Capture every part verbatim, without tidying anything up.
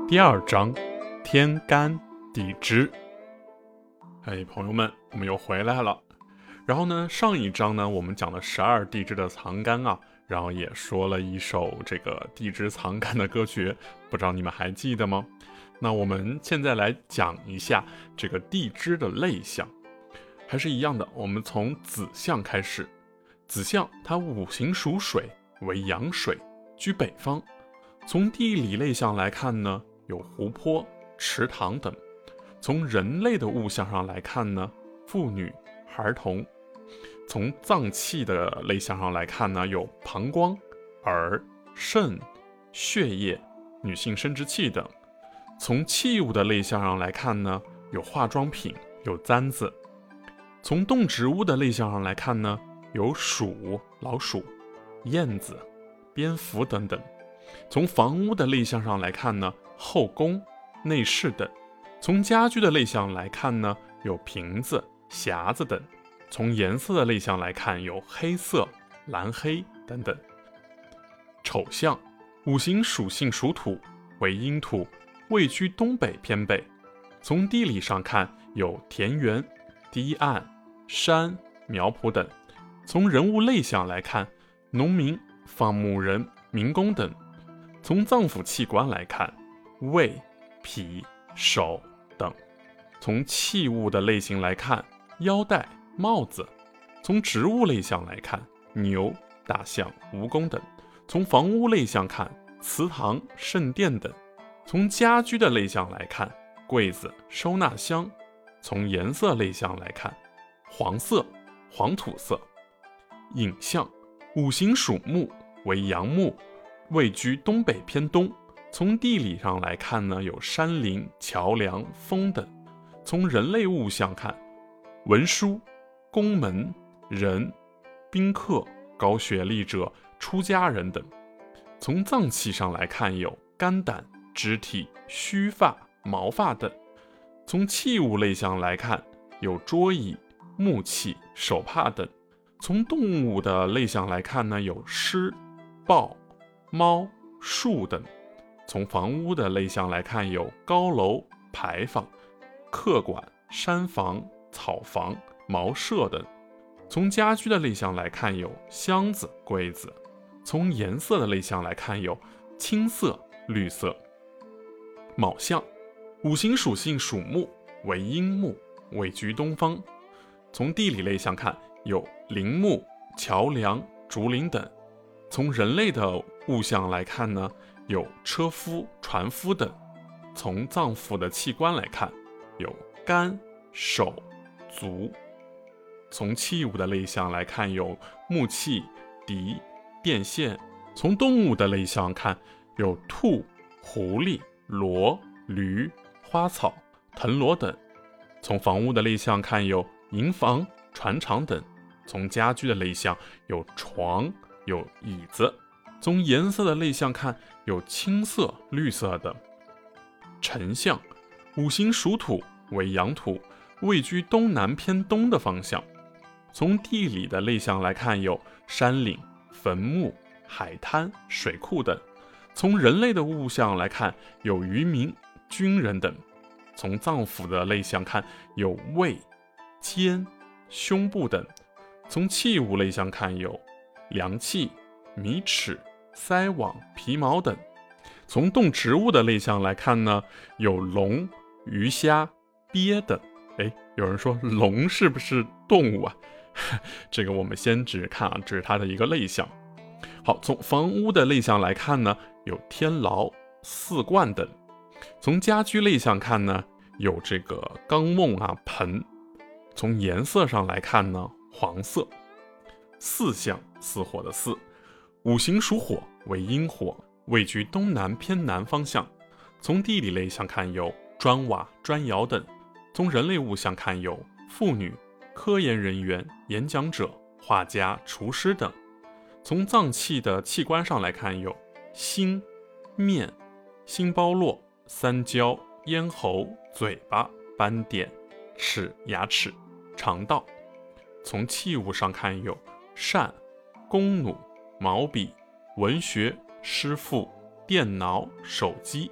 第二章，天干地支。哎，朋友们，我们又回来了。然后呢，上一章呢，我们讲了十二地支的藏干啊，然后也说了一首这个地支藏干的歌曲，不知道你们还记得吗？那我们现在来讲一下这个地支的类象，还是一样的，我们从子象开始。子象它五行属水，为阳水，居北方。从地理类象来看呢，有湖泊、池塘等。从人类的物象上来看呢，妇女、孩童。从脏器的类象上来看呢，有膀胱、耳、肾、血液、女性生殖器等。从器物的类象上来看呢，有化妆品，有簪子。从动植物的类象上来看呢，有鼠、老鼠、燕子、蝙蝠等等。从房屋的类象上来看呢，后宫、内室等。从家居的类象来看呢，有瓶子、匣子等。从颜色的类象来看，有黑色、蓝黑等等。丑象，五行属性属土，为阴土，位居东北偏北。从地理上看，有田园、堤岸、山、苗圃等。从人物类象来看，农民、放牧人、民工等。从脏腑器官来看，胃、脾、手等。从器物的类型来看，腰带、帽子。从植物类象来看，牛、大象、蜈蚣等。从房屋类象看，祠堂、圣殿等。从家居的类象来看，柜子、收纳箱。从颜色类象来看，黄色、黄土色。寅象，五行属木，为阳木，位居东北偏东。从地理上来看呢，有山林、桥梁、峰等。从人类物象看，文书、宫门、人、宾客、高学历者、出家人等。从脏器上来看，有肝胆、肢体、须发、毛发等。从器物类象来看，有桌椅、木器、手帕等。从动物的类象来看呢，有狮、豹、猫、树等。从房屋的类象来看，有高楼、牌坊、客馆、山房、草房、茅舍等。从家居的类象来看，有箱子、柜子。从颜色的类象来看，有青色、绿色。卯象，五行属性属木，为阴木，位居东方。从地理类象看，有陵墓、桥梁、竹林等。从人类的物象来看呢，有车夫、船夫等。从脏腑的器官来看，有肝、手、足。从器物的类象来看，有木器、笛、电线。从动物的类象看，有兔、狐狸、骡、驴、花草、藤萝等。从房屋的类象看，有营房、船厂等。从家居的类象，有床、有椅子。从颜色的类象看，有青色、绿色等。辰象，五行属土，为阳土，位居东南偏东的方向。从地理的类象来看，有山岭、坟墓、海滩、水库等。从人类的物象来看，有渔民、军人等。从脏腑的类象看，有胃、肩、胸部等。从器物类象看，有量器、米尺、筛网、皮毛等。从动植物的类象来看呢，有龙、鱼虾、鳖等。诶，有人说龙是不是动物啊？这个我们先只看啊，这是它的一个类象。好，从房屋的类象来看呢，有天牢、四冠等。从家居类象看呢，有这个缸瓮啊、盆。从颜色上来看呢，黄色。巳象，巳火的巳，五行属火，为阴火，位居东南偏南方向。从地理类象看，有砖瓦、砖窑等。从人类物象看，有妇女、科研人员、演讲者、画家、厨师等。从脏器的器官上来看，有心、面、心包络、三焦、咽喉、嘴巴、斑点、齿、牙齿、肠道。从器物上看，有扇、弓弩、毛笔、文学、诗赋、电脑、手机、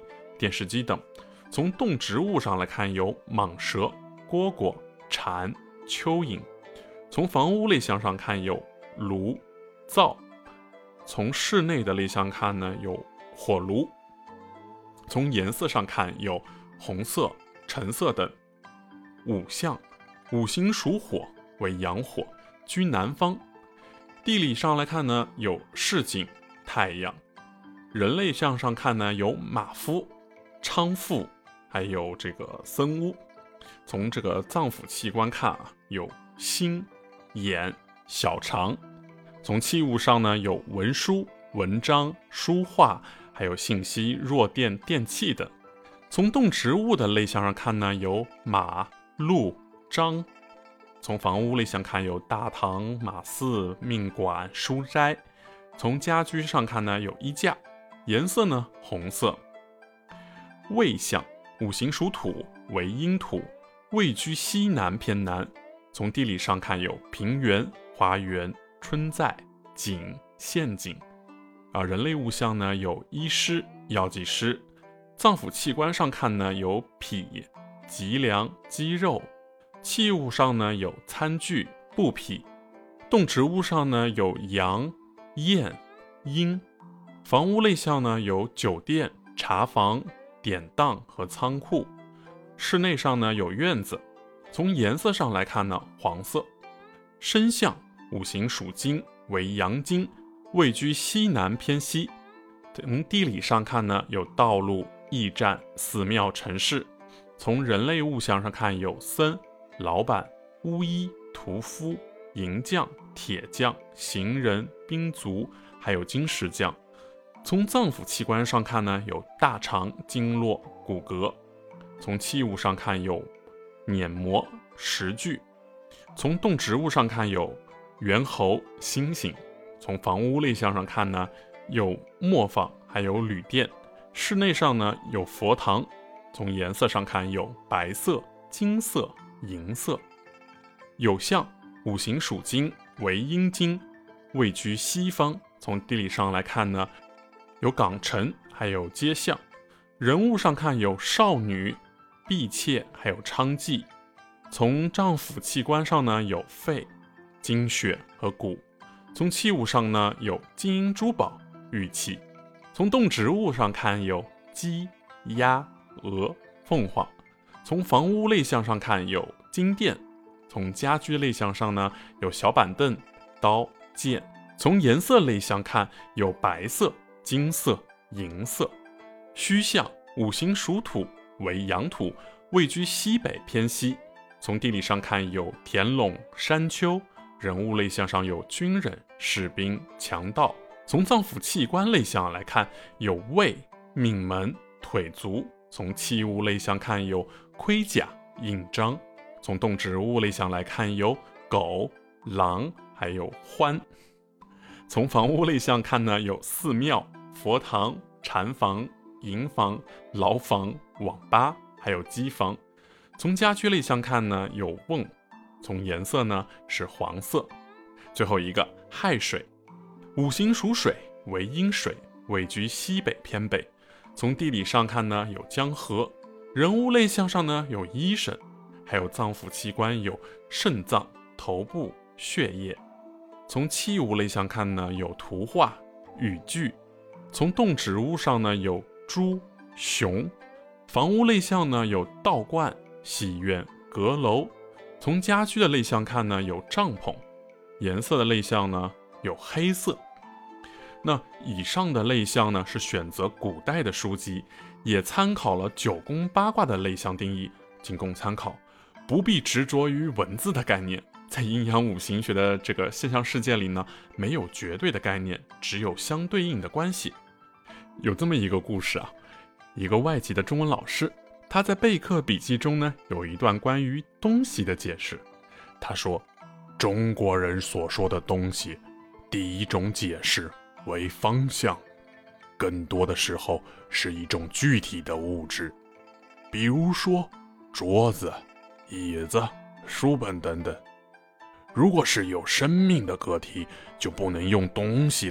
电视机等。从动植物上来看，有蟒蛇、蝈蝈、蝉、蚯蚓。从房屋类项上看，有炉、灶。从室内的类项看呢，有火炉。从颜色上看，有红色、橙色等。五象，五行属火，为阳火，居南方。地理上来看呢，有市井、太阳。人类项上看呢，有马夫、娼妇，还有这个僧屋。从这个脏腑器官看啊，有心、眼、小肠。从器物上呢，有文书、文章、书画，还有信息、弱电、电器等。从动植物的类项上看呢，有马、鹿、獐。从房屋类项看，有大堂、马寺、命馆、书斋。从家居上看呢，有衣架。颜色呢，红色。位象，五行属土，为阴土，位居西南偏南。从地理上看，有平原、花园、春在、井、陷阱。啊，人类物象呢，有医师、药剂师。脏腑器官上看呢，有脾、脊梁、肌肉。器物上呢，有餐具、布匹。动植物上呢，有羊、雁、鹰。房屋类项呢，有酒店、茶房、典当和仓库。室内上呢，有院子。从颜色上来看呢，黄色。身象，五行属金，为阳金，位居西南偏西。从地理上看呢，有道路、驿站、寺庙、城市。从人类物象上看，有僧、老板、巫医、屠夫、银匠、铁匠、行人、兵卒，还有金石匠。从脏腑器官上看呢，有大肠、经络、骨骼。从器物上看，有碾磨、石具。从动植物上看，有猿猴、猩猩。从房屋类项上看呢，有磨坊，还有旅店。室内上呢，有佛堂。从颜色上看，有白色、金色、银色。有象，五行属金，为阴金，位居西方。从地理上来看呢，有港城，还有街巷。人物上看，有少女、婢妾，还有娼妓。从脏腑器官上呢，有肺、精血和骨。从器物上呢，有金银珠宝、玉器。从动植物上看，有鸡、鸭、鹅、凤凰。从房屋类项上看，有金殿。从家居类项上呢，有小板凳、刀、剑。从颜色类项看，有白色、金色、银色。虚象，五行属土，为阳土，位居西北偏西。从地理上看，有田垄、山丘。人物类项上有军人、士兵、强盗。从脏腑器官类项来看，有胃、命门、腿足。从器物类项看，有盔甲、印章。从动植物类项来看，有狗、狼，还有獾。从房屋类项看呢，有寺庙、佛堂、禅房、营房、牢房、网吧，还有机房。从家居类项看呢，有瓮。从颜色呢，是黄色。最后一个亥水，五行属水，为阴水，位居西北偏北。从地理上看呢，有江河。人物类项上呢，有医生。还有脏腑器官有肾脏、头部、血液。从器物类项看呢，有图画、语句。从动植物上呢，有猪、熊。房屋类项呢，有道观、戏院、阁楼。从家居的类项看呢，有帐篷。颜色的类项呢，有黑色。那以上的类项呢，是选择古代的书籍，也参考了九宫八卦的类项定义，仅供参考，不必执着于文字的概念。在阴阳五行学的这个现象世界里呢，没有绝对的概念，只有相对应的关系。有这么一个故事啊，一个外籍的中文老师，他在备课笔记中呢，有一段关于东西的解释。他说，中国人所说的东西，第一种解释为方向，更多的时候是一种具体的物质，比如说桌子、椅子、书本等等。如果是有生命的个体，就不能用东西来形容，比如说我就不是个东西。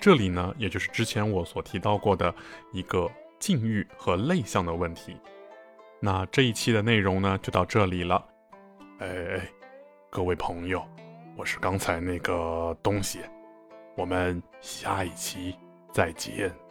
这里呢，也就是之前我所提到过的一个境遇和类象的问题。那这一期的内容呢，就到这里了。哎哎，各位朋友，我是刚才那个东西，我们下一期再见。